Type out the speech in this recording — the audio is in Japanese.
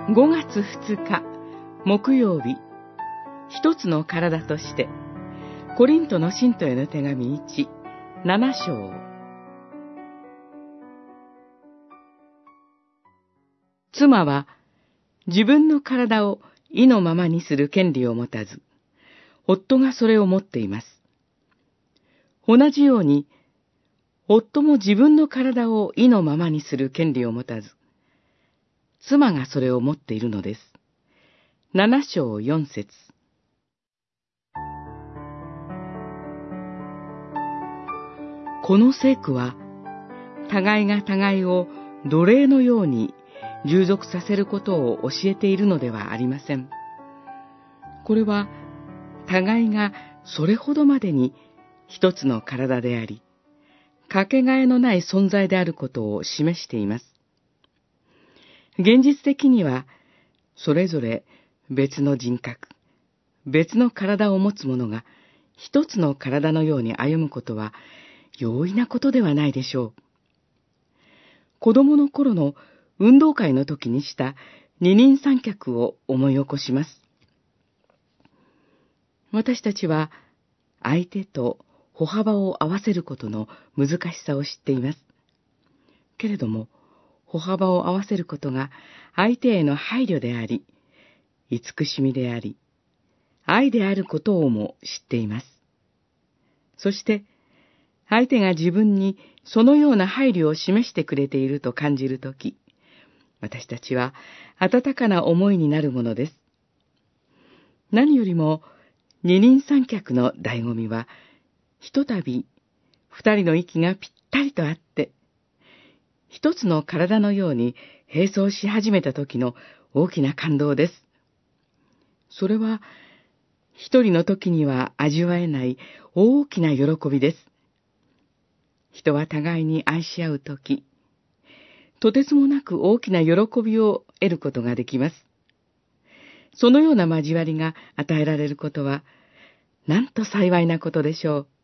5月2日木曜日、一つの体として、コリントの信徒への手紙1、7章。妻は自分の体を意のままにする権利を持たず、夫がそれを持っています。同じように、夫も自分の体を意のままにする権利を持たず、妻がそれを持っているのです。7章4節。この聖句は、互いが互いを奴隷のように従属させることを教えているのではありません。これは、互いがそれほどまでに一つの体であり、かけがえのない存在であることを示しています。現実的には、それぞれ別の人格、別の体を持つ者が一つの体のように歩むことは容易なことではないでしょう。子供の頃の運動会の時にした二人三脚を思い起こします。私たちは相手と歩幅を合わせることの難しさを知っています。けれども、歩幅を合わせることが相手への配慮であり、慈しみであり、愛であることをも知っています。そして、相手が自分にそのような配慮を示してくれていると感じるとき、私たちは温かな思いになるものです。何よりも、二人三脚の醍醐味は、ひとたび二人の息がぴったりと合って、一つの体のように並走し始めた時の大きな感動です。それは、一人の時には味わえない大きな喜びです。人は互いに愛し合う時、とてつもなく大きな喜びを得ることができます。そのような交わりが与えられることは、なんと幸いなことでしょう。